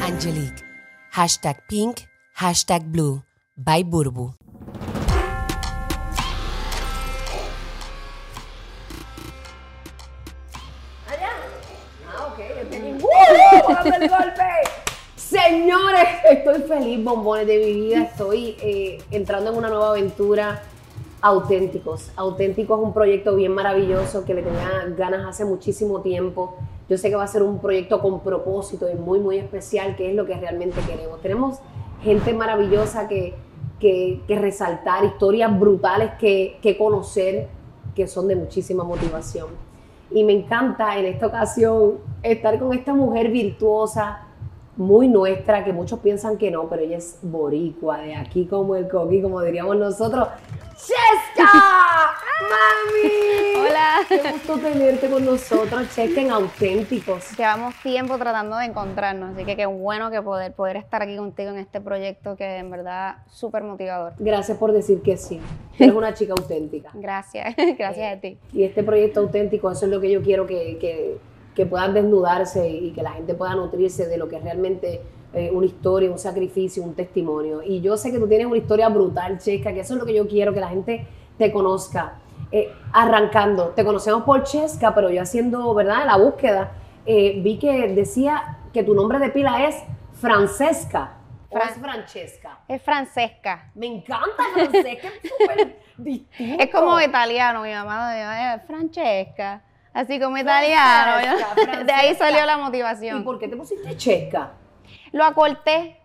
Angelique. #pink, #blue. By Burbu. Allá. Ok. ¡Dando el golpe! Señores, estoy feliz, bombones de mi vida. Estoy entrando en una nueva aventura. Auténticos. Auténticos es un proyecto bien maravilloso que le tenía ganas hace muchísimo tiempo. Yo sé que va a ser un proyecto con propósito y muy, muy especial, que es lo que realmente queremos. Tenemos gente maravillosa que resaltar, historias brutales que conocer, que son de muchísima motivación. Y me encanta en esta ocasión estar con esta mujer virtuosa, muy nuestra, que muchos piensan que no, pero ella es boricua, de aquí como el coquí, como diríamos nosotros. ¡Chesca! ¡Mami! Hola. Qué gusto tenerte con nosotros, Chesca, en Auténticos. Llevamos tiempo tratando de encontrarnos, así que qué bueno que poder estar aquí contigo en este proyecto que en verdad es súper motivador. Gracias por decir que sí. Eres una chica auténtica. Gracias, gracias a ti. Y este proyecto auténtico, eso es lo que yo quiero que puedan desnudarse y que la gente pueda nutrirse de lo que es realmente una historia, un sacrificio, un testimonio. Y yo sé que tú tienes una historia brutal, Chesca, que eso es lo que yo quiero, que la gente te conozca. Arrancando, te conocemos por Chesca, pero yo haciendo, ¿verdad?, la búsqueda, vi que decía que tu nombre de pila es Francesca. ¿O es Francesca? Es Francesca. Me encanta Francesca, es súper distinto. Es como italiano, mi mamá es Francesca. Así como italiano. Francesca. De ahí salió la motivación. ¿Y por qué te pusiste Chesca? Lo acorté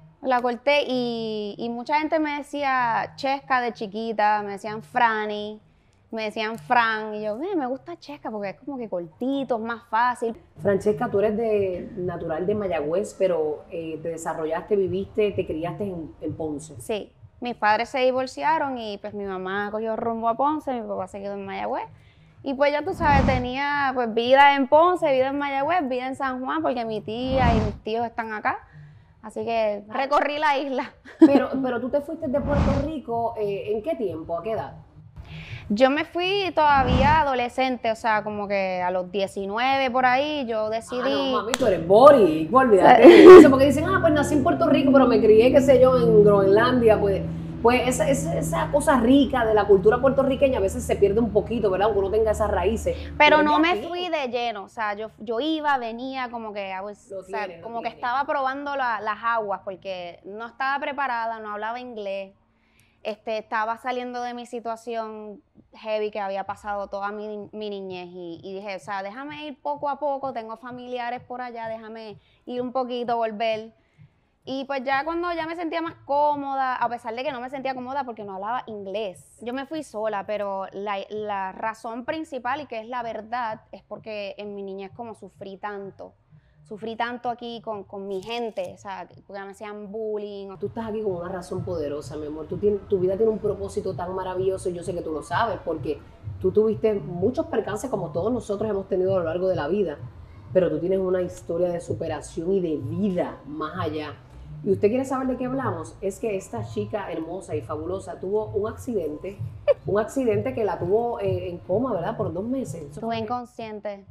y mucha gente me decía Chesca de chiquita, me decían Franny, me decían Fran, y yo, me gusta Chesca porque es como que cortito, es más fácil. Francesca, tú eres natural de Mayagüez, pero te desarrollaste, viviste, te criaste en Ponce. Sí, mis padres se divorciaron y pues mi mamá cogió rumbo a Ponce, mi papá se quedó en Mayagüez. Y pues ya tú sabes, tenía pues vida en Ponce, vida en Mayagüez, vida en San Juan, porque mi tía y mis tíos están acá. Así que recorrí la isla. Pero tú te fuiste de Puerto Rico, ¿en qué tiempo? ¿A qué edad? Yo me fui todavía adolescente, o sea, como que a los 19 por ahí, yo decidí... No, mami, tú eres boricua, olvídate de eso, porque dicen, pues nací en Puerto Rico, pero me crié, qué sé yo, en Groenlandia, pues esa cosa rica de la cultura puertorriqueña a veces se pierde un poquito, ¿verdad? Aunque uno tenga esas raíces. Pero no me fui de lleno, o sea, yo iba, venía como que, como que estaba probando las aguas, porque no estaba preparada, no hablaba inglés, estaba saliendo de mi situación heavy que había pasado toda mi niñez y dije, o sea, déjame ir poco a poco, tengo familiares por allá, déjame ir un poquito, volver. Y pues ya cuando ya me sentía más cómoda, a pesar de que no me sentía cómoda porque no hablaba inglés, yo me fui sola, pero la razón principal y que es la verdad es porque en mi niñez como sufrí tanto aquí con mi gente, o sea, porque me hacían bullying. Tú estás aquí con una razón poderosa, mi amor, tu vida tiene un propósito tan maravilloso y yo sé que tú lo sabes porque tú tuviste muchos percances como todos nosotros hemos tenido a lo largo de la vida, pero tú tienes una historia de superación y de vida más allá. ¿Y usted quiere saber de qué hablamos? Es que esta chica hermosa y fabulosa tuvo un accidente que la tuvo en coma, ¿verdad? Por 2 meses. Estuve inconsciente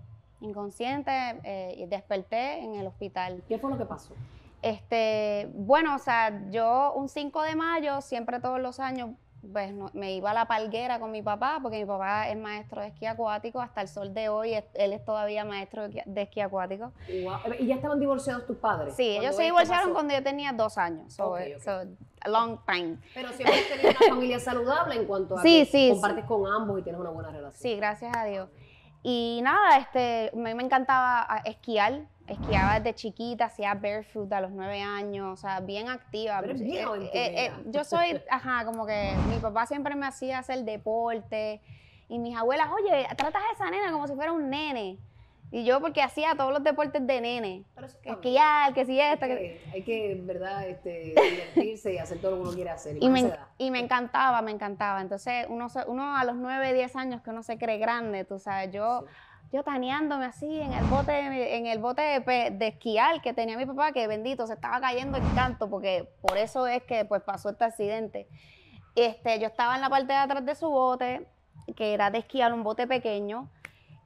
y desperté en el hospital. ¿Qué fue lo que pasó? Bueno, o sea, yo un 5 de mayo, siempre todos los años, pues me iba a la Palguera con mi papá, porque mi papá es maestro de esquí acuático, hasta el sol de hoy, él es todavía maestro de esquí acuático. Wow. ¿Y ya estaban divorciados tus padres? Sí, ellos se divorciaron cuando yo tenía 2 años, so a long time. Pero siempre has tenido una familia saludable en cuanto a que compartes con ambos y tienes una buena relación. Sí, gracias a Dios. Y nada, a mí me encantaba esquiar. Esquiaba desde chiquita, hacía barefoot a los 9 años, o sea, bien activa. Pero es bien en tu vida. Yo soy, como que mi papá siempre me hacía hacer deporte y mis abuelas, oye, tratas a esa nena como si fuera un nene. Y yo porque hacía todos los deportes de nene. Esquiar, que si esto. Hay que, ¿verdad? Divertirse y hacer todo lo que uno quiere hacer. Y me encantaba. Entonces, uno a los 9, 10 años que uno se cree grande, tú sabes, yo taneándome así en el bote de esquiar que tenía mi papá, que bendito, se estaba cayendo el canto, porque por eso es que pues pasó este accidente. Yo estaba en la parte de atrás de su bote, que era de esquiar, un bote pequeño,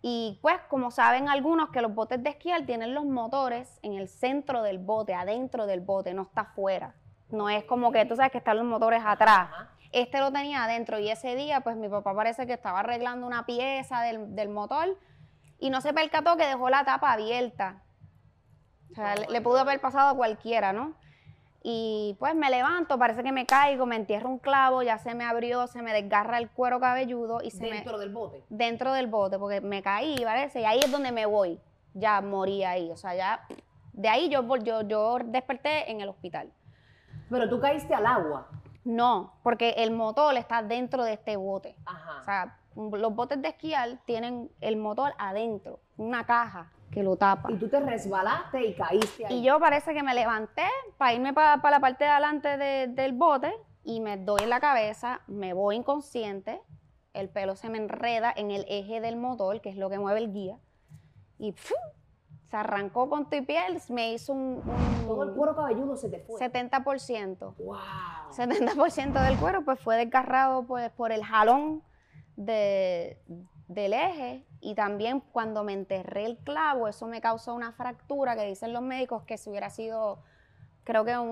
Y pues, como saben algunos, que los botes de esquiar tienen los motores en el centro del bote, adentro del bote, no está afuera. No es como que tú sabes que están los motores atrás. Este lo tenía adentro y ese día, pues mi papá parece que estaba arreglando una pieza del motor y no se percató que dejó la tapa abierta. O sea, le pudo haber pasado a cualquiera, ¿no? Y pues me levanto, parece que me caigo, me entierro un clavo, ya se me abrió, se me desgarra el cuero cabelludo. Y ¿Dentro del bote? Dentro del bote, porque me caí, parece, y ahí es donde me voy. Ya morí ahí, o sea, ya... De ahí yo desperté en el hospital. Pero tú caíste al agua. No, porque el motor está dentro de este bote. Ajá. O sea, los botes de esquiar tienen el motor adentro, una caja que lo tapa. Y tú te resbalaste y caíste ahí. Y yo parece que me levanté para irme para la parte de adelante del bote y me doy en la cabeza, me voy inconsciente, el pelo se me enreda en el eje del motor, que es lo que mueve el guía, y ¡fum! Se arrancó con tu piel, me hizo Todo el cuero cabelludo se te fue. 70%. ¡Wow! 70% del cuero pues fue desgarrado pues, por el jalón del eje, y también cuando me enterré el clavo, eso me causó una fractura que dicen los médicos que si hubiera sido, creo que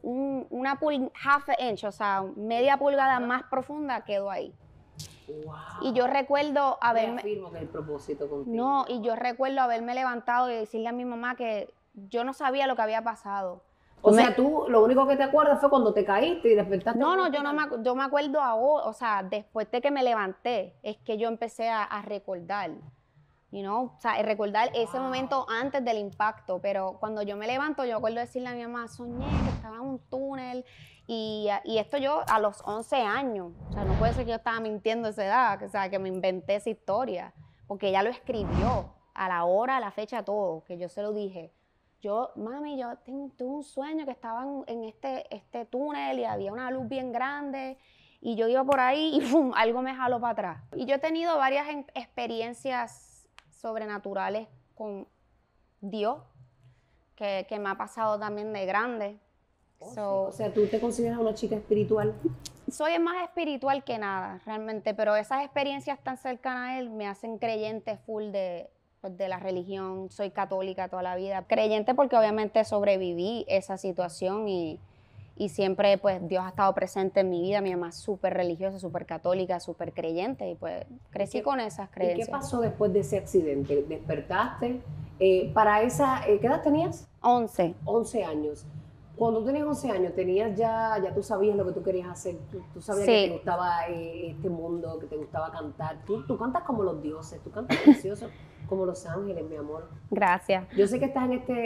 half an inch, o sea, media pulgada más profunda, quedó ahí. Wow. Y yo recuerdo haberme... Afirmo que es el propósito contigo. No, y yo recuerdo haberme levantado y decirle a mi mamá que yo no sabía lo que había pasado. O sea, tú lo único que te acuerdas fue cuando te caíste y despertaste. No, yo me acuerdo ahora, o sea, después de que me levanté, es que yo empecé a recordar, o sea, recordar ese momento antes del impacto, pero cuando yo me levanto, yo recuerdo decirle a mi mamá, soñé que estaba en un túnel, y esto yo a los 11 años, o sea, no puede ser que yo estaba mintiendo a esa edad, o sea, que me inventé esa historia, porque ella lo escribió a la hora, a la fecha, todo, que yo se lo dije. Mami, yo tuve un sueño que estaba en este túnel y había una luz bien grande y yo iba por ahí y ¡pum! Algo me jaló para atrás. Y yo he tenido varias experiencias sobrenaturales con Dios, que me ha pasado también de grande. O sea, ¿tú te consideras una chica espiritual? Soy más espiritual que nada, realmente, pero esas experiencias tan cercanas a Él me hacen creyente full de la religión. Soy católica toda la vida. Creyente porque obviamente sobreviví esa situación y siempre pues Dios ha estado presente en mi vida. Mi mamá es súper religiosa, súper católica, súper creyente y pues crecí con esas creencias. ¿Y qué pasó después de ese accidente? ¿Despertaste? ¿Qué edad tenías? 11. 11 años. Cuando tú tenías 11 años, ya tú sabías lo que tú querías hacer, tú sabías Sí. que te gustaba este mundo, que te gustaba cantar. Tú cantas como los dioses, tú cantas precioso como los ángeles, mi amor. Gracias. Yo sé que estás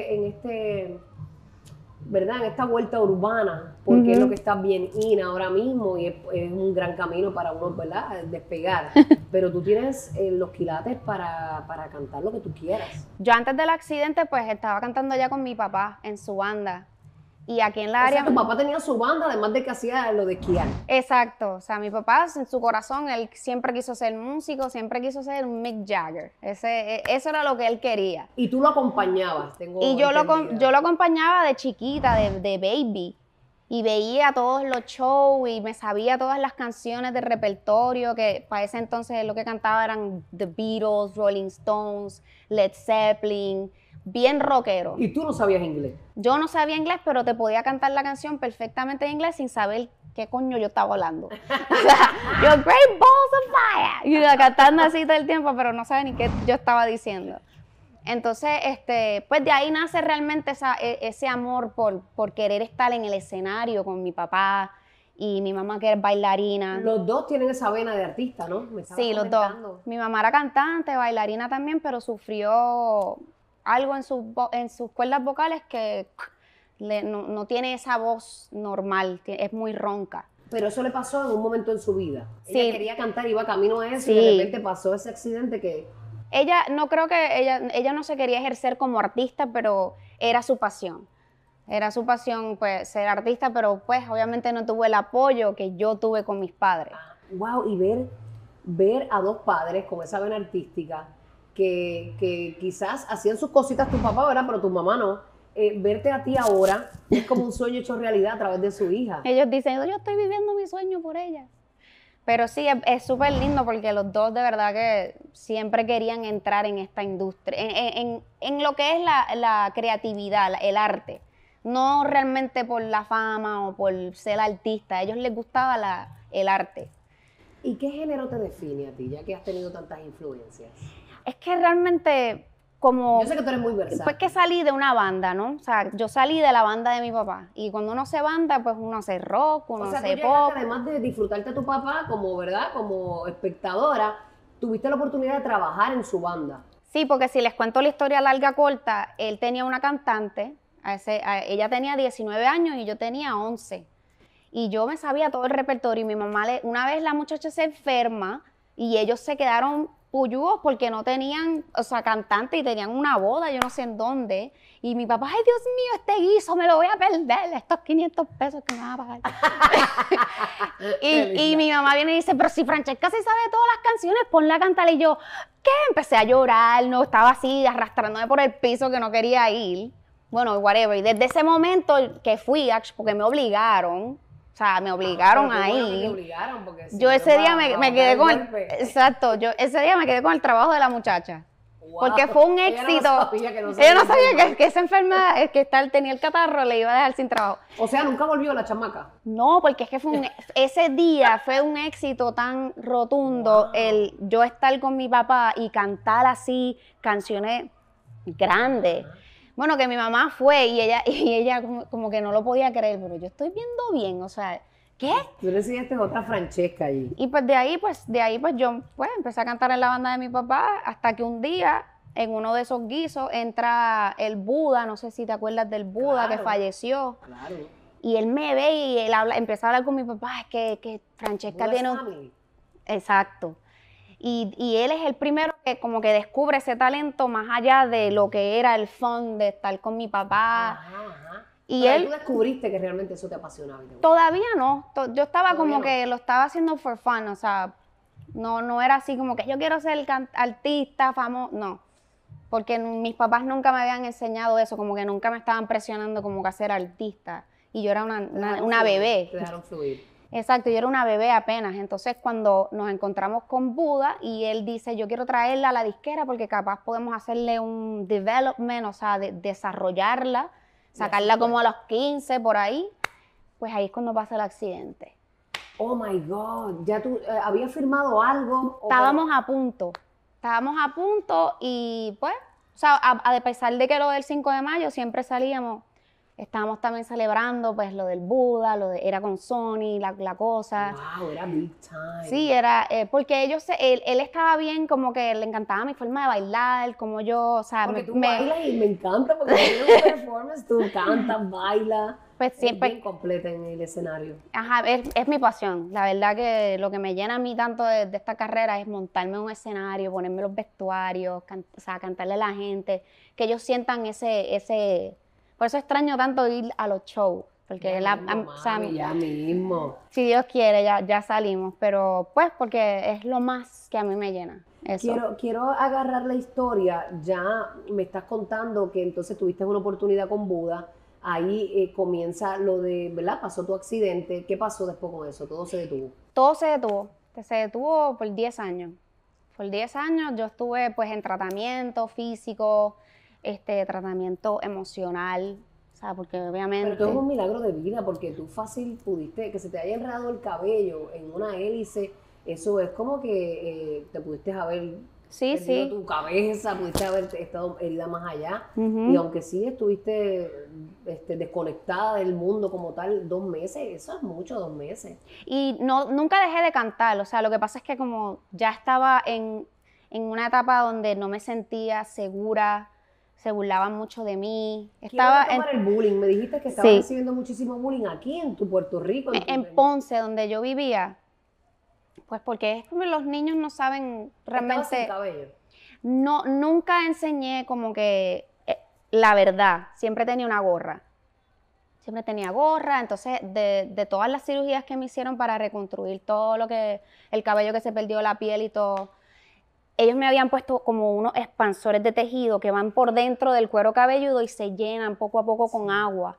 ¿verdad? En esta vuelta urbana, porque es lo que está bien in ahora mismo y es un gran camino para uno, ¿verdad? Despegar. Pero tú tienes los quilates para cantar lo que tú quieras. Yo antes del accidente pues estaba cantando ya con mi papá en su banda. Y aquí en la área... O sea, tu papá tenía su banda, además de que hacía lo de esquiar. Exacto. O sea, mi papá, en su corazón, él siempre quiso ser músico, siempre quiso ser un Mick Jagger. Eso era lo que él quería. Y tú lo acompañabas, Y yo lo acompañaba de chiquita, de baby. Y veía todos los shows y me sabía todas las canciones del repertorio, que para ese entonces lo que cantaba eran The Beatles, Rolling Stones, Led Zeppelin, bien rockero. Y tú no sabías inglés. Yo no sabía inglés, pero te podía cantar la canción perfectamente en inglés sin saber qué coño yo estaba hablando. O sea, yo, Great Balls of Fire, y cantando así todo el tiempo, pero no sabía ni qué yo estaba diciendo. Entonces, pues de ahí nace realmente ese amor por querer estar en el escenario con mi papá y mi mamá, que es bailarina. Los dos tienen esa vena de artista, ¿no? Me estabas Sí, los comentando. dos. Mi mamá era cantante, bailarina también, pero sufrió algo en sus cuerdas vocales que no tiene esa voz normal, es muy ronca. Pero eso le pasó en un momento en su vida. Sí. Ella quería cantar, iba camino a eso Sí. y de repente pasó ese accidente que... Ella no se quería ejercer como artista, pero era su pasión. Era su pasión, pues, ser artista, pero pues obviamente no tuvo el apoyo que yo tuve con mis padres. Wow, y ver a dos padres con esa vena artística que quizás hacían sus cositas tu papá, ¿verdad? Pero tu mamá no. Verte a ti ahora es como un sueño hecho realidad a través de su hija. Ellos dicen, yo estoy viviendo mi sueño por ella. Pero sí, es súper lindo porque los dos de verdad que siempre querían entrar en esta industria, en lo que es la creatividad, el arte. No realmente por la fama o por ser artista, a ellos les gustaba el arte. ¿Y qué género te define a ti, ya que has tenido tantas influencias? Es que realmente como... Yo sé que tú eres muy versátil. Pues que salí de una banda, ¿no? O sea, yo salí de la banda de mi papá. Y cuando uno hace banda, pues uno hace rock, uno hace pop. Además de disfrutarte a tu papá como, ¿verdad? Como espectadora, tuviste la oportunidad de trabajar en su banda. Sí, porque si les cuento la historia larga corta, él tenía una cantante, ella tenía 19 años y yo tenía 11. Y yo me sabía todo el repertorio y mi mamá, una vez la muchacha se enferma y ellos se quedaron puyúos porque no tenían, o sea, cantante y tenían una boda, yo no sé en dónde. Y mi papá, ay, Dios mío, este guiso me lo voy a perder, estos 500 pesos que me van a pagar. y mi mamá viene y dice, pero si Francesca se sabe todas las canciones, ponla a cantar. Y yo, ¿qué? Empecé a llorar, no, estaba así arrastrándome por el piso que no quería ir. Bueno, whatever. Y desde ese momento que fui, porque me obligaron, o sea, me obligaron a ir. Porque si yo ese día me quedé con exacto, yo ese día me quedé con el trabajo de la muchacha. Wow. Porque fue un éxito. Ella no sabía que esa enfermedad, tenía el catarro, le iba a dejar sin trabajo. O sea, nunca volvió la chamaca. No, porque es que ese día fue un éxito tan rotundo, wow. Yo estar con mi papá y cantar así canciones grandes. Bueno, que mi mamá fue y ella como que no lo podía creer, pero yo estoy viendo bien, o sea, ¿qué? Tú le enseñaste otra Francesca allí. Y pues de ahí yo empecé a cantar en la banda de mi papá hasta que un día en uno de esos guisos entra el Buda, no sé si te acuerdas del Buda, claro, que falleció. Claro. Y él me ve y él empieza a hablar con mi papá, es que Francesca tiene un... Exacto. Y él es el primero que como que descubre ese talento más allá de lo que era el fun de estar con mi papá. Ajá. Y pero tú descubriste que realmente eso te apasionaba. Todavía no. Yo estaba como que lo estaba haciendo for fun, o sea, no era así como que yo quiero ser artista, famoso, no. Porque mis papás nunca me habían enseñado eso, como que nunca me estaban presionando como que a ser artista. Y yo era una bebé. Te dejaron fluir. Exacto, yo era una bebé apenas. Entonces, cuando nos encontramos con Buda y él dice, yo quiero traerla a la disquera porque capaz podemos hacerle un development, o sea, desarrollarla, sacarla como a los 15 por ahí, pues ahí es cuando pasa el accidente. Oh my God, ¿ya tú habías firmado algo? Estábamos a punto y pues, o sea, a pesar de que lo del 5 de mayo siempre salíamos. Estábamos también celebrando pues lo del Buda, era con Sony, la cosa. Wow, era big time. Sí, era, porque él estaba bien, como que le encantaba mi forma de bailar, como yo, o sea... Porque tú bailas y me encanta, porque tienes un performance, tú cantas, bailas. Pues siempre... bien completa en el escenario. Ajá, es mi pasión. La verdad que lo que me llena a mí tanto de esta carrera es montarme en un escenario, ponerme los vestuarios, o sea, cantarle a la gente, que ellos sientan ese Por eso extraño tanto ir a los shows, porque ya mismo. Si Dios quiere, ya salimos, pero pues porque es lo más que a mí me llena. Eso. Quiero agarrar la historia, ya me estás contando que entonces tuviste una oportunidad con Buda, ahí comienza lo de, ¿verdad? Pasó tu accidente, ¿qué pasó después con eso? ¿Todo se detuvo? Todo se detuvo por 10 años. Por 10 años yo estuve pues en tratamiento físico, tratamiento emocional, o sea, porque obviamente... Pero todo es un milagro de vida, porque tú fácil pudiste, que se te haya enredado el cabello en una hélice, eso es como que te pudiste haber perdido tu cabeza, pudiste haber estado herida más allá, y aunque sí estuviste desconectada del mundo como tal 2 meses, eso es mucho, 2 meses. Y nunca dejé de cantar, o sea, lo que pasa es que como ya estaba en una etapa donde no me sentía segura, se burlaban mucho de mí. Estaba el bullying. Me dijiste que estabas recibiendo muchísimo bullying aquí en tu Puerto Rico. En Ponce, donde yo vivía. Pues porque es como los niños no saben realmente... ¿Estabas sin cabello? No, nunca enseñé como que la verdad. Siempre tenía una gorra. Siempre tenía gorra. Entonces, de todas las cirugías que me hicieron para reconstruir todo el cabello que se perdió, la piel y todo... Ellos me habían puesto como unos expansores de tejido que van por dentro del cuero cabelludo y se llenan poco a poco con agua.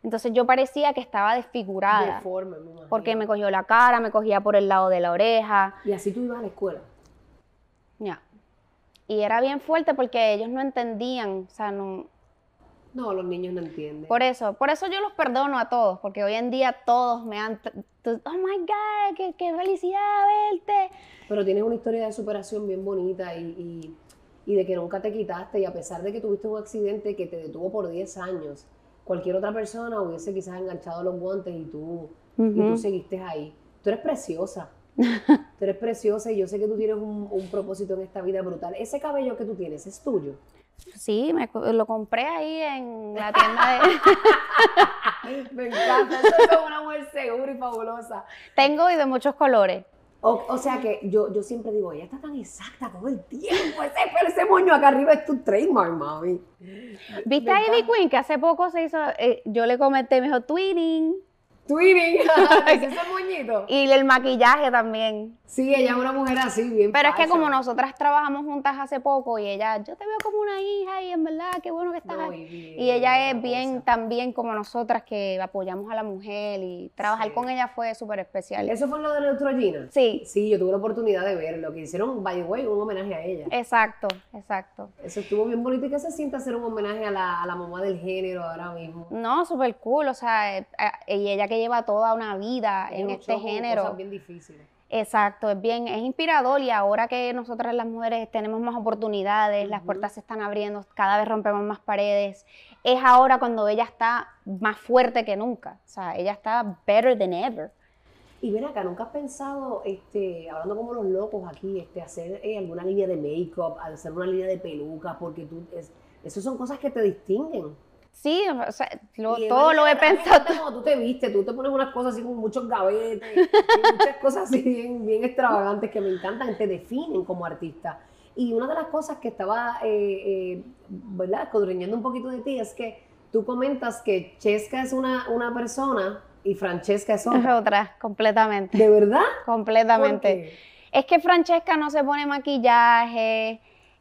Entonces yo parecía que estaba desfigurada. Deforme, me imagino. Porque me cogió la cara, me cogía por el lado de la oreja. Y así tú ibas a la escuela. Ya. Y era bien fuerte porque ellos no entendían, o sea, no... No, los niños no entienden. Por eso yo los perdono a todos, porque hoy en día todos me han... Oh my God, qué felicidad verte. Pero tienes una historia de superación bien bonita y de que nunca te quitaste, y a pesar de que tuviste un accidente que te detuvo por 10 años, cualquier otra persona hubiese quizás enganchado los guantes y tú seguiste ahí. Tú eres preciosa. Tú eres preciosa y yo sé que tú tienes un propósito en esta vida brutal. Ese cabello que tú tienes, ¿es tuyo? Sí, lo compré ahí en la tienda de... Me encanta, eso es como una mujer segura y fabulosa. Tengo y de muchos colores. O sea que yo siempre digo, ella está tan exacta todo el tiempo, ese moño acá arriba es tu trademark, mami. ¿Viste a Ivy Queen que hace poco se hizo, yo le comenté, me dijo, twinning. Twinning, ese moñito. Y el maquillaje también. Sí, ella es una mujer así, bien Pero falsa. es que como nosotras trabajamos juntas hace poco y ella, yo te veo como una hija y en verdad, qué bueno que estás aquí. Y ella es bien también como nosotras que apoyamos a la mujer y trabajar con ella fue súper especial. ¿Eso fue lo de Neutrogena? Sí. Sí, yo tuve la oportunidad de verlo, que hicieron, by the way, un homenaje a ella. Exacto. Eso estuvo bien bonito. ¿Y qué se siente hacer un homenaje a la mamá del género ahora mismo? No, súper cool, o sea, y ella que lleva toda una vida en este género. Cosas bien difíciles. Exacto, es inspirador y ahora que nosotras las mujeres tenemos más oportunidades, las puertas se están abriendo, cada vez rompemos más paredes, es ahora cuando ella está más fuerte que nunca, o sea, ella está better than ever. Y ven acá, ¿nunca has pensado, hablando como los locos aquí, hacer alguna línea de make-up, hacer una línea de pelucas, porque esas son cosas que te distinguen? Sí, o sea, todo lo he pensado. Como tú te viste, tú te pones unas cosas así con muchos gavetes, y muchas cosas así bien extravagantes que me encantan, te definen como artista. Y una de las cosas que estaba, ¿verdad?, escudriñando un poquito de ti es que tú comentas que Chesca es una persona y Francesca es otra. Es otra, completamente. ¿De verdad? Completamente. ¿Por qué? Es que Francesca no se pone maquillaje,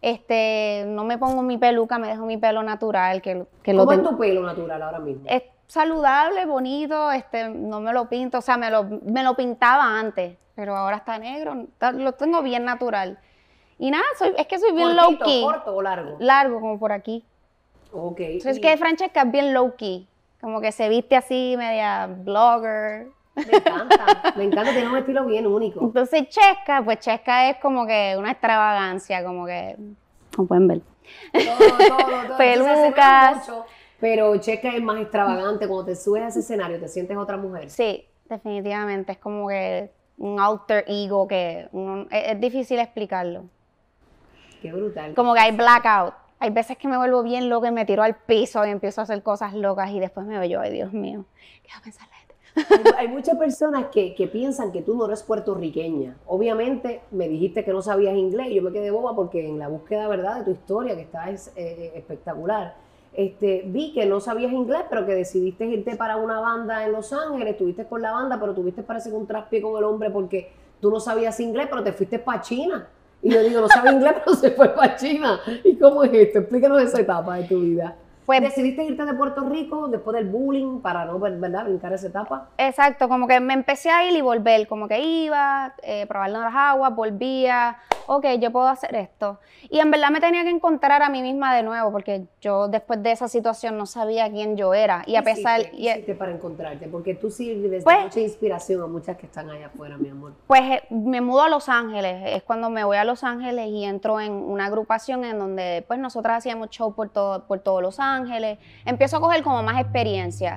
no me pongo mi peluca, me dejo mi pelo natural. ¿Cómo es tu pelo natural ahora mismo? Es saludable, bonito, no me lo pinto, o sea, me lo pintaba antes, pero ahora está negro, lo tengo bien natural. Y nada, es que soy bien low key. ¿Corto o largo? Largo, como por aquí. Ok. Entonces, es que Francesca es bien low key, como que se viste así, media blogger. Me encanta, tiene un estilo bien único. Entonces Chesca es como que una extravagancia, como que, como pueden ver. Todo. Pelucas. Mucho, pero Chesca es más extravagante, cuando te subes a ese escenario te sientes otra mujer. Sí, definitivamente, es como que un alter ego que es difícil explicarlo. Qué brutal. Como que hay blackout. Hay veces que me vuelvo bien loca y me tiro al piso y empiezo a hacer cosas locas y después me veo yo, ay Dios mío, ¿qué va a pensar la gente? Hay muchas personas que piensan que tú no eres puertorriqueña. Obviamente me dijiste que no sabías inglés y yo me quedé boba porque en la búsqueda, ¿verdad?, de tu historia, que está espectacular, vi que no sabías inglés, pero que decidiste irte para una banda en Los Ángeles, estuviste con la banda, pero tuviste parece que un traspié con el hombre porque tú no sabías inglés, pero te fuiste para China. Y yo digo, no sabe inglés, pero se fue para China. ¿Y cómo es esto? Explícanos esa etapa de tu vida. Pues, ¿Decidiste irte de Puerto Rico después del bullying para no, ¿verdad?, brincar esa etapa? Exacto, como que me empecé a ir y volver, como que iba, probando las aguas, volvía, ok, yo puedo hacer esto. Y en verdad me tenía que encontrar a mí misma de nuevo, porque yo después de esa situación no sabía quién yo era. Y a pesar... ¿Qué hiciste para encontrarte? Porque tú sirves pues, de mucha inspiración a muchas que están allá afuera, mi amor. Pues me mudo a Los Ángeles, es cuando me voy a Los Ángeles y entro en una agrupación en donde pues nosotras hacíamos show por todo Los Ángeles. Empiezo a coger como más experiencia,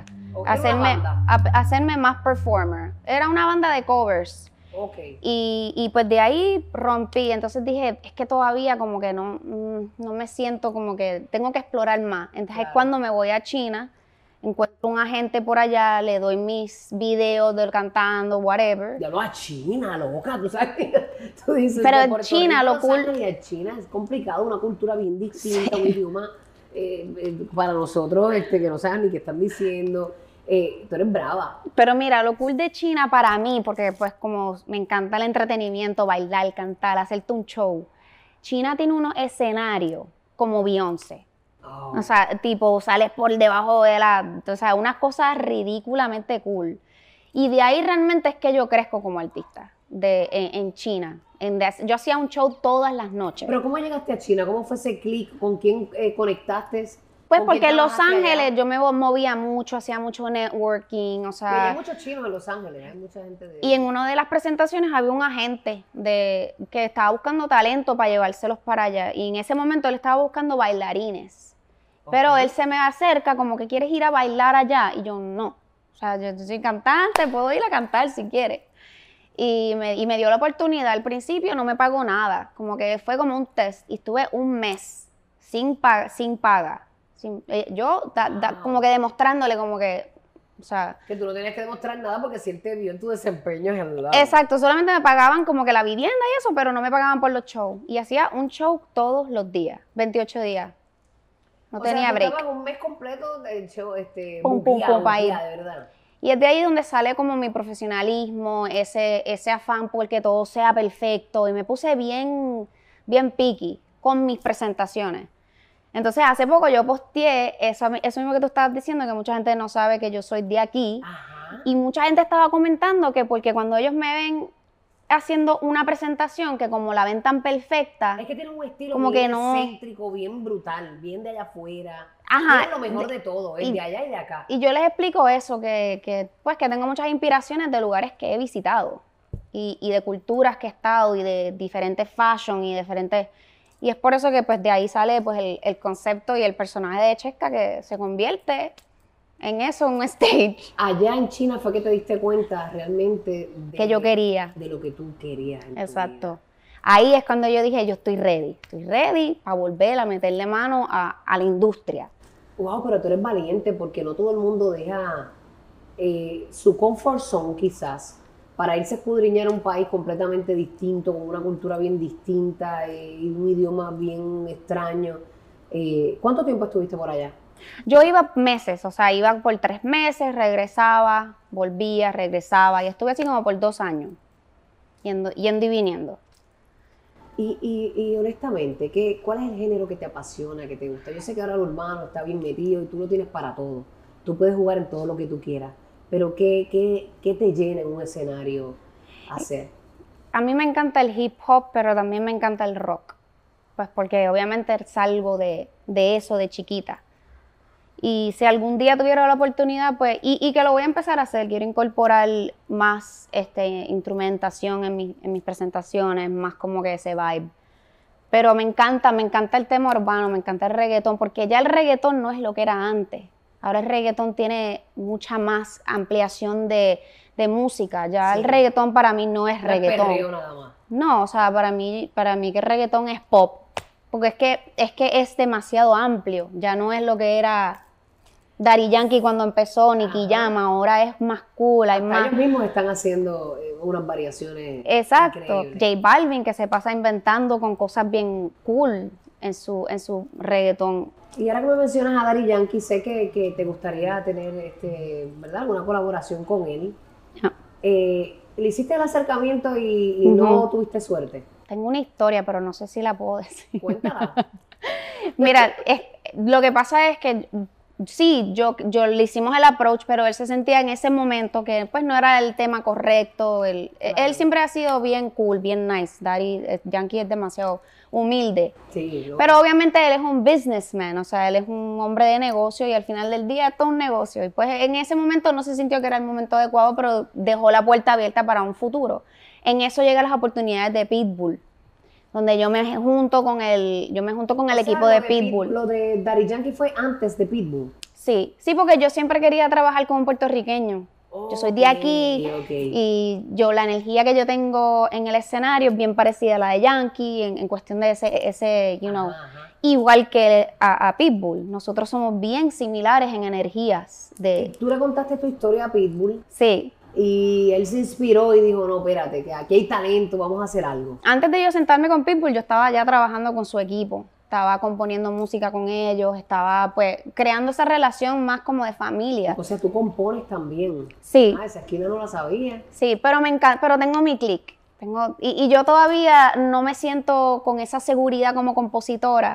hacerme más performer. Era una banda de covers. Okay. Y pues de ahí rompí, entonces dije, es que todavía como que no me siento como que tengo que explorar más. Entonces es cuando me voy a China, encuentro un agente por allá, le doy mis videos del cantando, whatever. Ya no a China, loca, tú sabes. Tú dices, pero China, lo cool. China es complicado, una cultura bien distinta, un idioma para nosotros que no saben ni qué están diciendo. Tú eres brava. Pero mira, lo cool de China para mí, porque pues como me encanta el entretenimiento, bailar, cantar, hacerte un show. China tiene unos escenarios como Beyoncé. Oh. O sea, tipo, sales por debajo de o sea, unas cosas ridículamente cool. Y de ahí realmente es que yo crezco como artista en China. Yo hacía un show todas las noches. Pero ¿cómo llegaste a China? ¿Cómo fue ese clic? ¿Con quién conectaste? Pues ¿Con quién porque en Los trabajaste Ángeles allá? yo me movía mucho, hacía mucho networking, o Y hay sea... muchos chinos en Los Ángeles, hay mucha gente de... Y en una de las presentaciones había un agente que estaba buscando talento para llevárselos para allá. Y en ese momento él estaba buscando bailarines. Pero Ok. él se me acerca como que quieres ir a bailar allá. Y yo no. O sea, yo soy cantante, puedo ir a cantar si quieres. Y me dio la oportunidad. Al principio no me pagó nada. Como que fue como un test. Y estuve un mes sin paga. Como que demostrándole como que, o sea... Que tú no tenías que demostrar nada porque si él te vio en tu desempeño es el lado. Exacto, solamente me pagaban como que la vivienda y eso, pero no me pagaban por los shows. Y hacía un show todos los días, 28 días. No tenía break. Estaba un mes completo del show, Pum, pum, pum, pa' ir. de verdad. Y es de ahí donde sale como mi profesionalismo, ese afán porque todo sea perfecto. Y me puse bien picky con mis presentaciones. Entonces, hace poco yo posteé eso mismo que tú estabas diciendo, que mucha gente no sabe que yo soy de aquí. Ajá. Y mucha gente estaba comentando que porque cuando ellos me ven haciendo una presentación que como la ven tan perfecta... Es que tiene un estilo como bien que no... excéntrico, bien brutal, bien de allá afuera. Ajá. Tiene lo mejor de todo, el de allá y de acá. Y yo les explico eso, que tengo muchas inspiraciones de lugares que he visitado y de culturas que he estado y de diferentes fashion y diferentes... Y es por eso que pues de ahí sale pues el concepto y el personaje de Chesca que se convierte en eso, en un stage. Allá en China fue que te diste cuenta realmente Que yo quería. de lo que tú querías. En tu Exacto. vida. Ahí es cuando yo dije, yo estoy ready para volver a meterle mano a la industria. Wow, pero tú eres valiente porque no todo el mundo deja su comfort zone quizás para irse a escudriñar a un país completamente distinto, con una cultura bien distinta y un idioma bien extraño. ¿Cuánto tiempo estuviste por allá? Yo iba meses, o sea, iba por 3 meses, regresaba, volvía, regresaba, y estuve así como por 2 años, yendo y viniendo. Y honestamente, ¿cuál es el género que te apasiona, que te gusta? Yo sé que ahora el urbano está bien metido y tú lo tienes para todo. Tú puedes jugar en todo lo que tú quieras, pero ¿qué te llena en un escenario hacer? A mí me encanta el hip hop, pero también me encanta el rock, pues porque obviamente salgo de eso de chiquita. Y si algún día tuviera la oportunidad, pues, y que lo voy a empezar a hacer, quiero incorporar más instrumentación en mis presentaciones, más como que ese vibe. Pero me encanta el tema urbano, me encanta el reggaetón, porque ya el reggaetón no es lo que era antes. Ahora el reggaetón tiene mucha más ampliación de música. Ya Sí. El reggaetón para mí no es reggaetón. Perreo nada más. No, o sea, para mí que el reggaetón es pop. Porque es que es demasiado amplio. Ya no es lo que era Daddy Yankee cuando empezó, Nicky Jam, ahora es más cool, hay Hasta más... ellos mismos están haciendo unas variaciones Exacto, increíbles. J Balvin que se pasa inventando con cosas bien cool en su reggaetón. Y ahora que me mencionas a Daddy Yankee, sé que te gustaría tener ¿verdad? Alguna colaboración con él. Ja. Le hiciste el acercamiento y no tuviste suerte. Tengo una historia, pero no sé si la puedo decir. Cuéntala. Mira, lo que pasa es que sí, yo le hicimos el approach, pero él se sentía en ese momento que pues no era el tema correcto. Él siempre ha sido bien cool, bien nice. Daddy Yankee es demasiado humilde. Sí, ¿no? Pero obviamente él es un businessman, o sea, él es un hombre de negocio y al final del día es todo un negocio. Y pues en ese momento no se sintió que era el momento adecuado, pero dejó la puerta abierta para un futuro. En eso llegan las oportunidades de Pitbull, donde yo me junto con el equipo de Pitbull. Lo de Daddy Yankee fue antes de Pitbull. Sí, porque yo siempre quería trabajar con un puertorriqueño. Yo soy de aquí y la energía que yo tengo en el escenario es bien parecida a la de Yankee en cuestión de ese igual que a Pitbull. Nosotros somos bien similares en energías. Tú le contaste tu historia a Pitbull. Sí. Y él se inspiró y dijo, no, espérate, que aquí hay talento, vamos a hacer algo. Antes de yo sentarme con Pitbull, yo estaba ya trabajando con su equipo. Estaba componiendo música con ellos, estaba pues creando esa relación más como de familia. O sea, tú compones también. Sí. Esa esquina no la sabía. Sí, pero me encanta, pero tengo mi click. Y yo todavía no me siento con esa seguridad como compositora.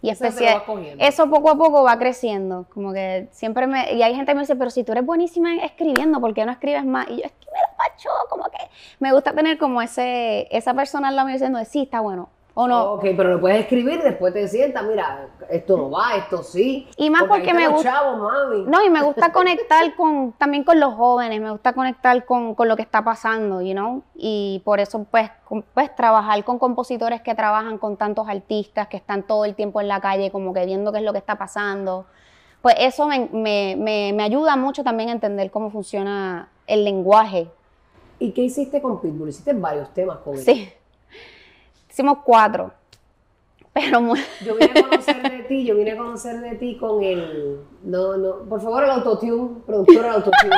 Y Eso te lo especial, vas cogiendo. eso poco a poco va creciendo, como que siempre y hay gente que me dice, pero si tú eres buenísima escribiendo, ¿por qué no escribes más? Y yo, es que me lo pacho, como que me gusta tener como esa persona al lado mío diciendo, sí, está bueno, o no. Ok, pero lo puedes escribir y después te sientas, mira, esto no va, esto sí. Y más porque ahí me están los gusta, chavos, mami. no, y me gusta conectar también con los jóvenes, me gusta conectar con lo que está pasando, you know, y por eso pues trabajar con compositores que trabajan con tantos artistas que están todo el tiempo en la calle como que viendo qué es lo que está pasando, pues eso me ayuda mucho también a entender cómo funciona el lenguaje. ¿Y qué hiciste con Pitbull? Hiciste varios temas con él. Sí, hicimos 4, pero Yo vine a conocer de ti con el... No, por favor, el autotune, productora del autotune.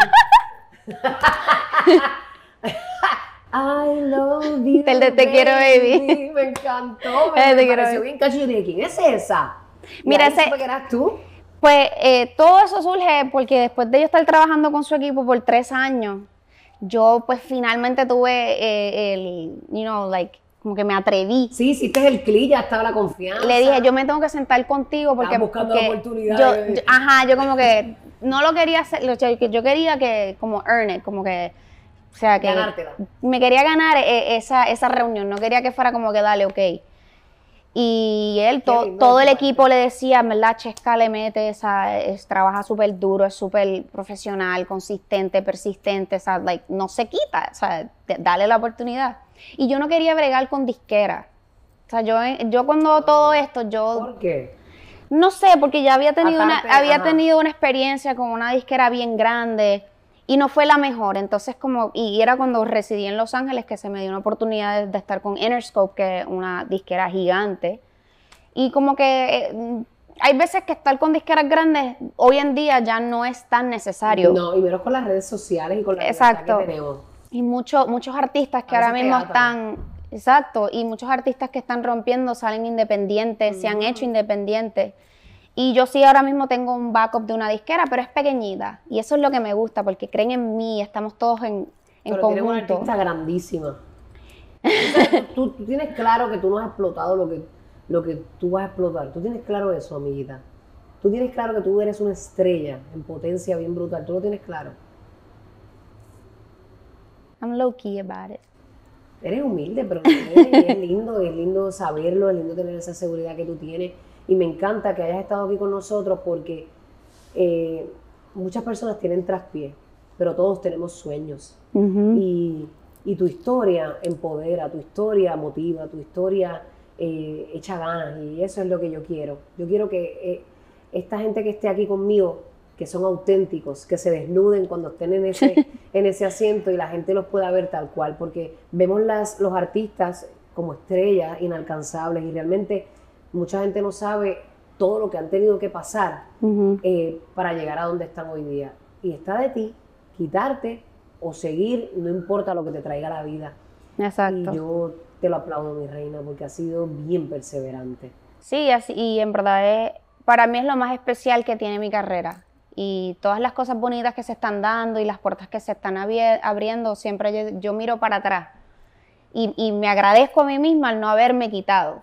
I love you, El de Te Quiero, Baby. Me encantó, El de Te me Quiero, pareció Baby. bien cacho. Yo dije, ¿quién es esa? Mira, y ahí ese- supe que eras tú. Pues todo eso surge porque después de yo estar trabajando con su equipo por 3 años, yo pues finalmente tuve como que me atreví. Sí, hiciste el clic, ya estaba la confianza. Le dije, yo me tengo que sentar contigo porque... Estabas buscando porque la oportunidad. yo como que no lo quería hacer, yo quería que como earn it, como que... O sea, que Ganártela. me quería ganar esa reunión, no quería que fuera como que dale, ok. Y él, Qué lindo todo de el tu equipo le decía, en verdad, Chesca le mete, trabaja súper duro, es súper profesional, consistente, persistente, no se quita, dale la oportunidad. Y yo no quería bregar con disquera. O sea, yo cuando todo esto, ¿Por qué? no sé, porque ya había tenido Aparte, ajá. tenido una experiencia con una disquera bien grande y no fue la mejor. Entonces, y era cuando residí en Los Ángeles que se me dio una oportunidad de estar con Interscope, que es una disquera gigante. Y como que hay veces que estar con disqueras grandes hoy en día ya no es tan necesario. No, y menos con las redes sociales y con la Exacto. libertad que tenemos. Y muchos artistas que A ahora veces mismo te atan. están, exacto, y muchos artistas que están rompiendo salen independientes, se han hecho independientes. Y yo sí ahora mismo tengo un backup de una disquera, pero es pequeñita. Y eso es lo que me gusta, porque creen en mí, estamos todos en Pero tienes una conjunto. artista grandísima. Tú tienes claro que tú no has explotado lo que tú vas a explotar. Tú tienes claro eso, amiguita. Tú tienes claro que tú eres una estrella en potencia bien brutal. Tú lo tienes claro. I'm low key about it. Eres humilde, pero es lindo saberlo, es lindo tener esa seguridad que tú tienes. Y me encanta que hayas estado aquí con nosotros porque muchas personas tienen traspiés, pero todos tenemos sueños. Y tu historia empodera, tu historia motiva, tu historia echa ganas. Y eso es lo que yo quiero. Yo quiero que esta gente que esté aquí conmigo, que son auténticos, que se desnuden cuando estén en ese asiento y la gente los pueda ver tal cual, porque vemos los artistas como estrellas inalcanzables y realmente mucha gente no sabe todo lo que han tenido que pasar para llegar a donde están hoy día. Y está de ti quitarte o seguir, no importa lo que te traiga la vida. Exacto. Y yo te lo aplaudo, mi reina, porque has sido bien perseverante. Sí, y en verdad para mí es lo más especial que tiene mi carrera. Y todas las cosas bonitas que se están dando y las puertas que se están abriendo, siempre yo miro para atrás. Y me agradezco a mí misma al no haberme quitado.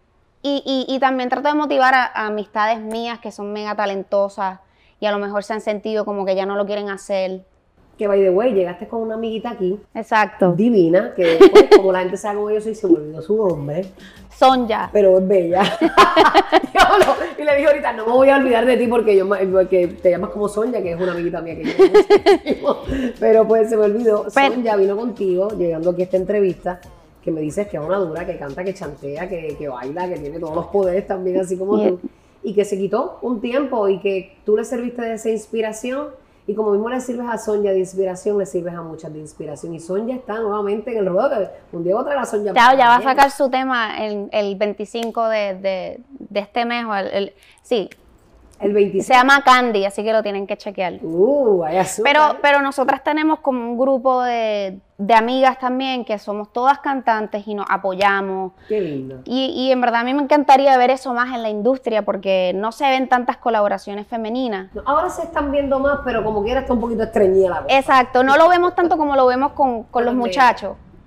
Y también trato de motivar a amistades mías que son mega talentosas y a lo mejor se han sentido como que ya no lo quieren hacer. Que, by the way, llegaste con una amiguita aquí, Exacto. divina, que después, como la gente sabe cómo yo soy, se me olvidó su nombre, Sonja. pero es bella. Diablo. Y le dije ahorita, no me voy a olvidar de ti porque te llamas como Sonja, que es una amiguita mía que yo muchísimo. Pero pues se me olvidó. Sonja vino contigo, llegando aquí a esta entrevista, que me dices que es una dura, que canta, que chantea, que baila, que tiene todos los poderes también, así como tú. Y que se quitó un tiempo y que tú le serviste de esa inspiración. Y como mismo le sirves a Sonja de inspiración, le sirves a muchas de inspiración. Y Sonja está nuevamente en el ruedo, que un día otra la Sonja. Ya va a sacar su tema el 25 de este mes. Sí. El 25. Se llama Candy, así que lo tienen que chequear. Vaya azúcar. Pero nosotras tenemos como un grupo de amigas también, que somos todas cantantes y nos apoyamos. Qué lindo. Y en verdad a mí me encantaría ver eso más en la industria, porque no se ven tantas colaboraciones femeninas. No, ahora se están viendo más, pero como quiera está un poquito estreñida la cosa. Exacto, no lo vemos tanto como lo vemos con los muchachos.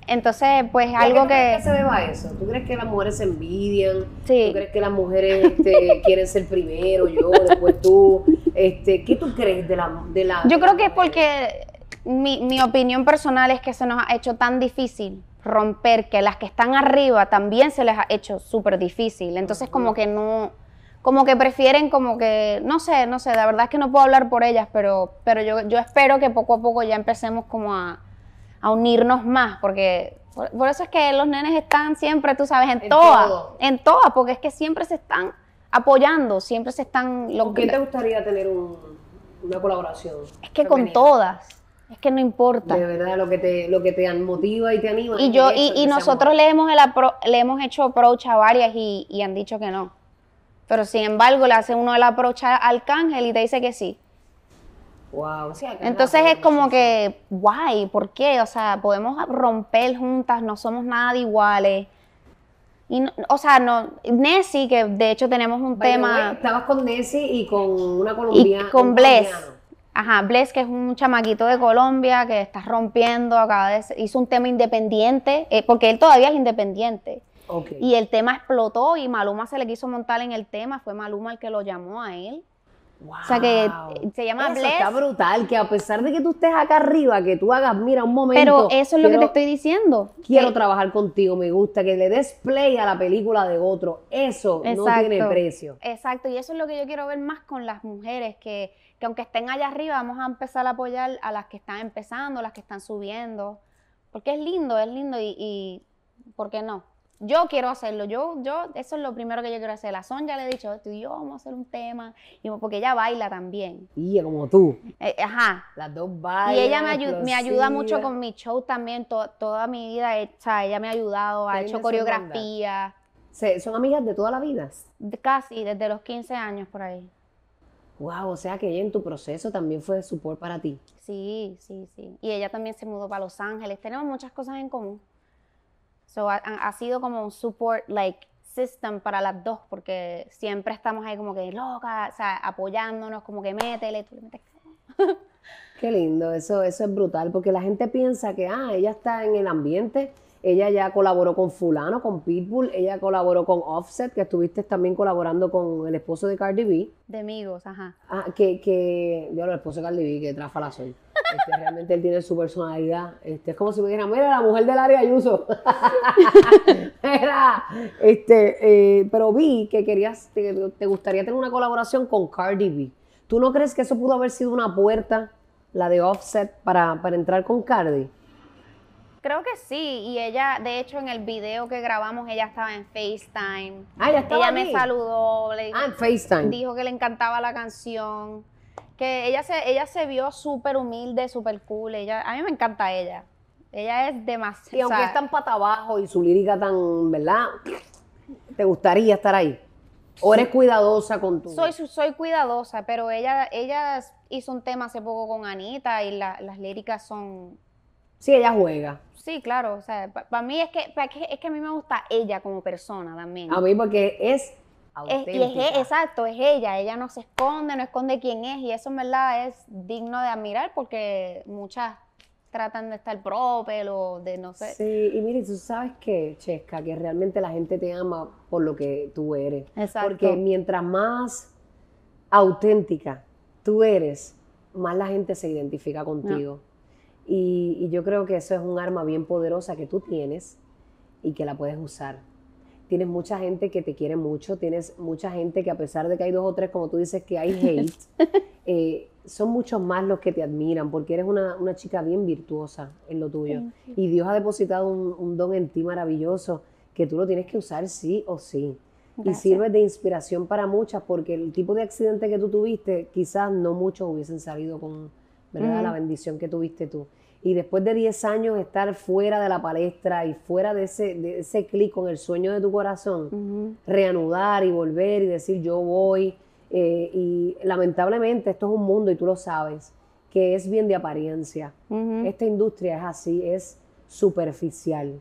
Entonces, pues ¿A algo qué crees que... que se deba a eso? ¿Tú crees que las mujeres se envidian? Sí. ¿Tú crees que las mujeres quieren ser primero, yo, después tú? ¿Qué tú crees de la Yo de creo las que es mujeres? porque mi opinión personal es que se nos ha hecho tan difícil romper que las que están arriba también se les ha hecho súper difícil. Entonces como que no, como que prefieren como que, no sé, la verdad es que no puedo hablar por ellas, pero yo espero que poco a poco ya empecemos como a unirnos más, porque por eso es que los nenes están siempre, tú sabes, En todo. en todas, porque es que siempre se están apoyando, siempre se están... ¿Con quién te gustaría tener una colaboración? Es que con femenina? todas, es que no importa. De verdad, lo que te motiva y te anima. Y es yo el hecho de y que nosotros seamos- le hemos hecho approach a varias y han dicho que no. Pero sin embargo, le hace uno el approach a Arcángel y te dice que sí. Wow, sí, acá Entonces la es como muchísimo. que, guay, ¿por qué? O sea, podemos romper juntas, no somos nada de iguales. Y o sea, no, Nessie, que de hecho tenemos un By the tema... way, estabas con Nessie y con una Y colombiana. con un Bless. colombiano. Ajá, Bless, que es un chamaquito de Colombia que está rompiendo, hizo un tema independiente, porque él todavía es independiente. Ok. Y el tema explotó y Maluma se le quiso montar en el tema, fue Maluma el que lo llamó a él. Wow. O sea que se llama Eso Bless. está brutal, que a pesar de que tú estés acá arriba, que tú hagas, mira, un momento. Pero eso es lo que quiero- te estoy diciendo. Quiero que- trabajar contigo, me gusta, que le des play a la película de otro. Eso no tiene precio. Exacto, y eso es lo que yo quiero ver más con las mujeres, que aunque estén allá arriba, vamos a empezar a apoyar a las que están empezando, las que están subiendo, porque es lindo y ¿por qué no? Yo quiero hacerlo, eso es lo primero que yo quiero hacer. A Son ya le he dicho, tú y yo vamos a hacer un tema, porque ella baila también. Y como tú, Ajá. las dos bailan. Y ella me ayuda mucho explosivas. con mi show también, toda mi vida, o sea, ella me ha ayudado, ha Qué hecho linda esa coreografía, ¿Son amigas de toda la vida? casi desde los 15 años por ahí. Wow, o sea que ella en tu proceso también fue support para ti. Sí. Y ella también se mudó para Los Ángeles. Tenemos muchas cosas en común. So, ha sido como un support system para las dos, porque siempre estamos ahí como que locas, o sea, apoyándonos, como que métele, tú le metes. Qué lindo, eso es brutal, porque la gente piensa que ella está en el ambiente, ella ya colaboró con fulano, con Pitbull, ella colaboró con Offset, que estuviste también colaborando con el esposo de Cardi B. De amigos, ajá. Yo el esposo de Cardi B, que tráfala soy. Realmente él tiene su personalidad. Es como si me dijeran, mira, la mujer del área Ayuso. Pero vi que te gustaría tener una colaboración con Cardi B. ¿Tú no crees que eso pudo haber sido una puerta, la de Offset, para entrar con Cardi? Creo que sí, y ella, de hecho, en el video que grabamos, ella estaba en FaceTime. Ella estaba me allí. saludó, En FaceTime. dijo que le encantaba la canción, que ella se vio súper humilde, súper cool. A mí me encanta ella. Ella es demasiado. Y aunque es tan pata abajo y su lírica tan, ¿verdad? ¿Te gustaría estar ahí? ¿O eres cuidadosa con tu...? Soy cuidadosa, pero ella hizo un tema hace poco con Anita y las líricas son... Sí, ella juega. Sí, claro, o sea, para mí es que a mí me gusta ella como persona también. A mí porque es auténtica. Exacto, es ella no se esconde, no esconde quién es, y eso en verdad es digno de admirar, porque muchas tratan de estar proper o de no sé. Sí, y mire, tú sabes que, Chesca, que realmente la gente te ama por lo que tú eres. Exacto. Porque mientras más auténtica tú eres, más la gente se identifica contigo. Y yo creo que eso es un arma bien poderosa que tú tienes y que la puedes usar. Tienes mucha gente que te quiere mucho, tienes mucha gente que, a pesar de que hay 2 o 3, como tú dices, que hay hate, son muchos más los que te admiran, porque eres una chica bien virtuosa en lo tuyo. Y Dios ha depositado un don en ti maravilloso que tú lo tienes que usar sí o sí. Gracias. Y sirves de inspiración para muchas, porque el tipo de accidente que tú tuviste, quizás no muchos hubiesen salido con, ¿verdad?, la bendición que tuviste tú. Y después de 10 años estar fuera de la palestra y fuera de ese clic con el sueño de tu corazón, reanudar y volver y decir yo voy. Y lamentablemente esto es un mundo, y tú lo sabes, que es bien de apariencia. Esta industria es así, es superficial.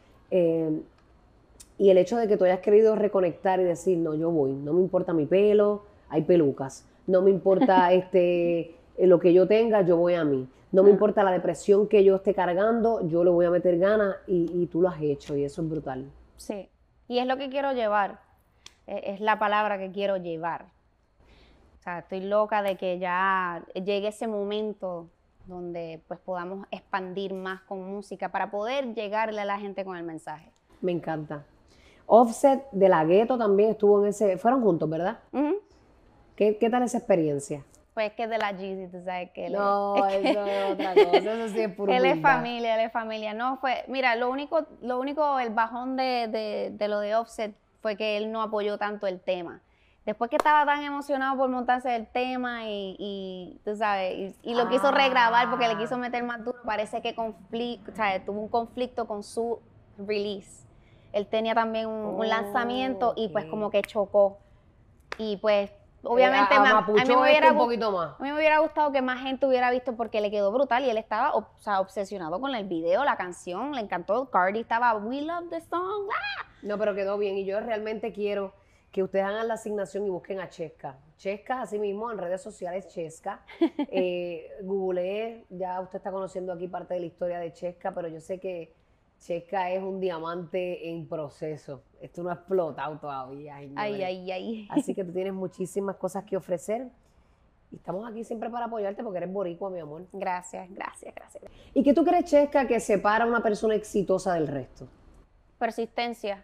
Y el hecho de que tú hayas querido reconectar y decir, no, yo voy, no me importa mi pelo, hay pelucas, no me importa lo que yo tenga, yo voy a mí. No me importa la depresión que yo esté cargando, yo le voy a meter ganas y tú lo has hecho y eso es brutal. Sí, y es lo que quiero llevar, es la palabra que quiero llevar. O sea, estoy loca de que ya llegue ese momento donde pues podamos expandir más con música para poder llegarle a la gente con el mensaje. Me encanta. Offset de La Ghetto también estuvo en ese, fueron juntos, ¿verdad? ¿Qué tal esa experiencia? Pues que de la Jeezy, tú sabes que no, eso es otra cosa, eso sí es puro él es familia. No, mira, lo único, el bajón de lo de Offset fue que él no apoyó tanto el tema. Después que estaba tan emocionado por montarse el tema y tú sabes, y lo quiso regrabar porque le quiso meter más duro, parece que tuvo un conflicto con su release. Él tenía también un lanzamiento y pues como que chocó. Y pues obviamente a mí me hubiera gustado que más gente hubiera visto porque le quedó brutal y él estaba obsesionado con el video, la canción, le encantó. Cardi estaba, we love the song. ¡Ah! No, pero quedó bien y yo realmente quiero que ustedes hagan la asignación y busquen a Chesca. Chesca, así mismo, en redes sociales, Chesca. Googleé, ya usted está conociendo aquí parte de la historia de Chesca, pero yo sé que Chesca es un diamante en proceso. Esto no ha explotado todavía. Ay. Así que tú tienes muchísimas cosas que ofrecer. Y estamos aquí siempre para apoyarte porque eres boricua, mi amor. Gracias. ¿Y qué tú crees, Chesca, que separa a una persona exitosa del resto? Persistencia.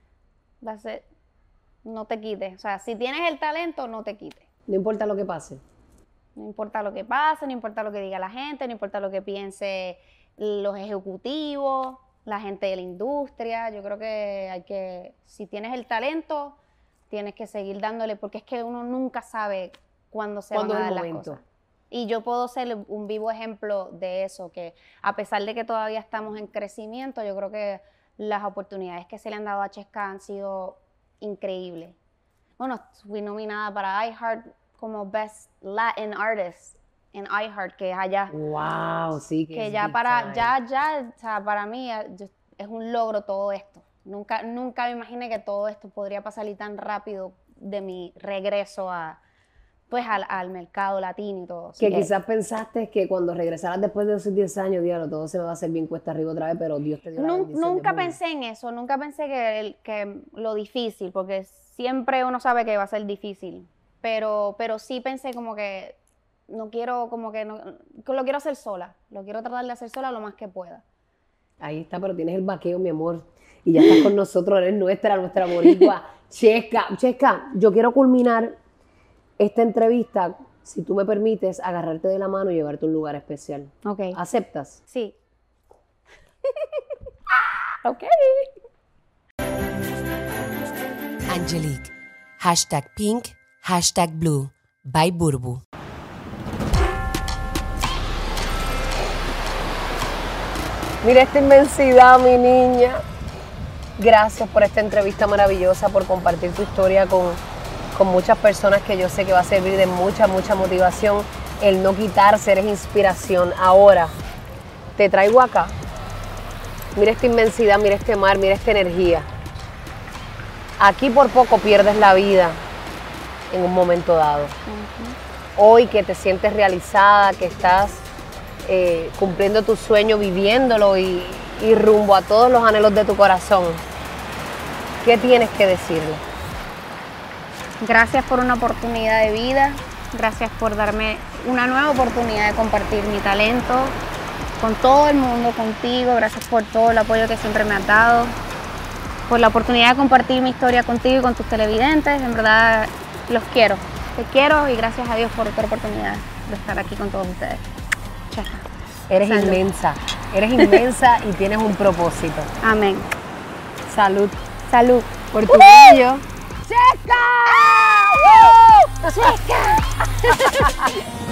No te quites. O sea, si tienes el talento, no te quites. No importa lo que pase. No importa lo que pase, no importa lo que diga la gente, no importa lo que piense los ejecutivos, la gente de la industria. Yo creo que si tienes el talento, tienes que seguir dándole, porque es que uno nunca sabe cuándo se van a dar las cosas. Y yo puedo ser un vivo ejemplo de eso, que a pesar de que todavía estamos en crecimiento, yo creo que las oportunidades que se le han dado a Chesca han sido increíbles. Bueno, fui nominada para iHeart como Best Latin Artist en iHeart, que es allá. Wow, sí, que ya o sea, para mí es un logro todo esto. Nunca me imaginé que todo esto podría pasar y tan rápido de mi regreso al mercado latino y todo. Que quizás pensaste que cuando regresaras después de esos 10 años, diablo, todo se me va a hacer bien cuesta arriba otra vez, pero Dios te dio la bendición. Nunca pensé en eso, nunca pensé que lo difícil, porque siempre uno sabe que va a ser difícil, pero sí pensé como que lo quiero hacer sola, lo quiero tratar de hacer sola lo más que pueda. Ahí está, pero tienes el vaqueo, mi amor, y ya estás con nosotros, eres nuestra boricua. Chesca, yo quiero culminar esta entrevista, si tú me permites, agarrarte de la mano y llevarte a un lugar especial. Ok. ¿Aceptas? Sí. Ok. Angelique. #pink, #blue. By Burbu. Mira esta inmensidad, mi niña. Gracias por esta entrevista maravillosa, por compartir tu historia con muchas personas que yo sé que va a servir de mucha motivación. El no quitarse, eres inspiración. Ahora, te traigo acá. Mira esta inmensidad, mira este mar, mira esta energía. Aquí por poco pierdes la vida en un momento dado. Hoy que te sientes realizada, que estás cumpliendo tu sueño, viviéndolo y rumbo a todos los anhelos de tu corazón, ¿qué tienes que decirle? Gracias por una oportunidad de vida, gracias por darme una nueva oportunidad de compartir mi talento con todo el mundo, contigo, gracias por todo el apoyo que siempre me has dado, por la oportunidad de compartir mi historia contigo y con tus televidentes, en verdad los quiero, te quiero y gracias a Dios por otra oportunidad de estar aquí con todos ustedes. Chesca. Eres inmensa y tienes un propósito. Amén. Salud. Salud. Por tu brillo. ¡Chesca! ¡Chesca!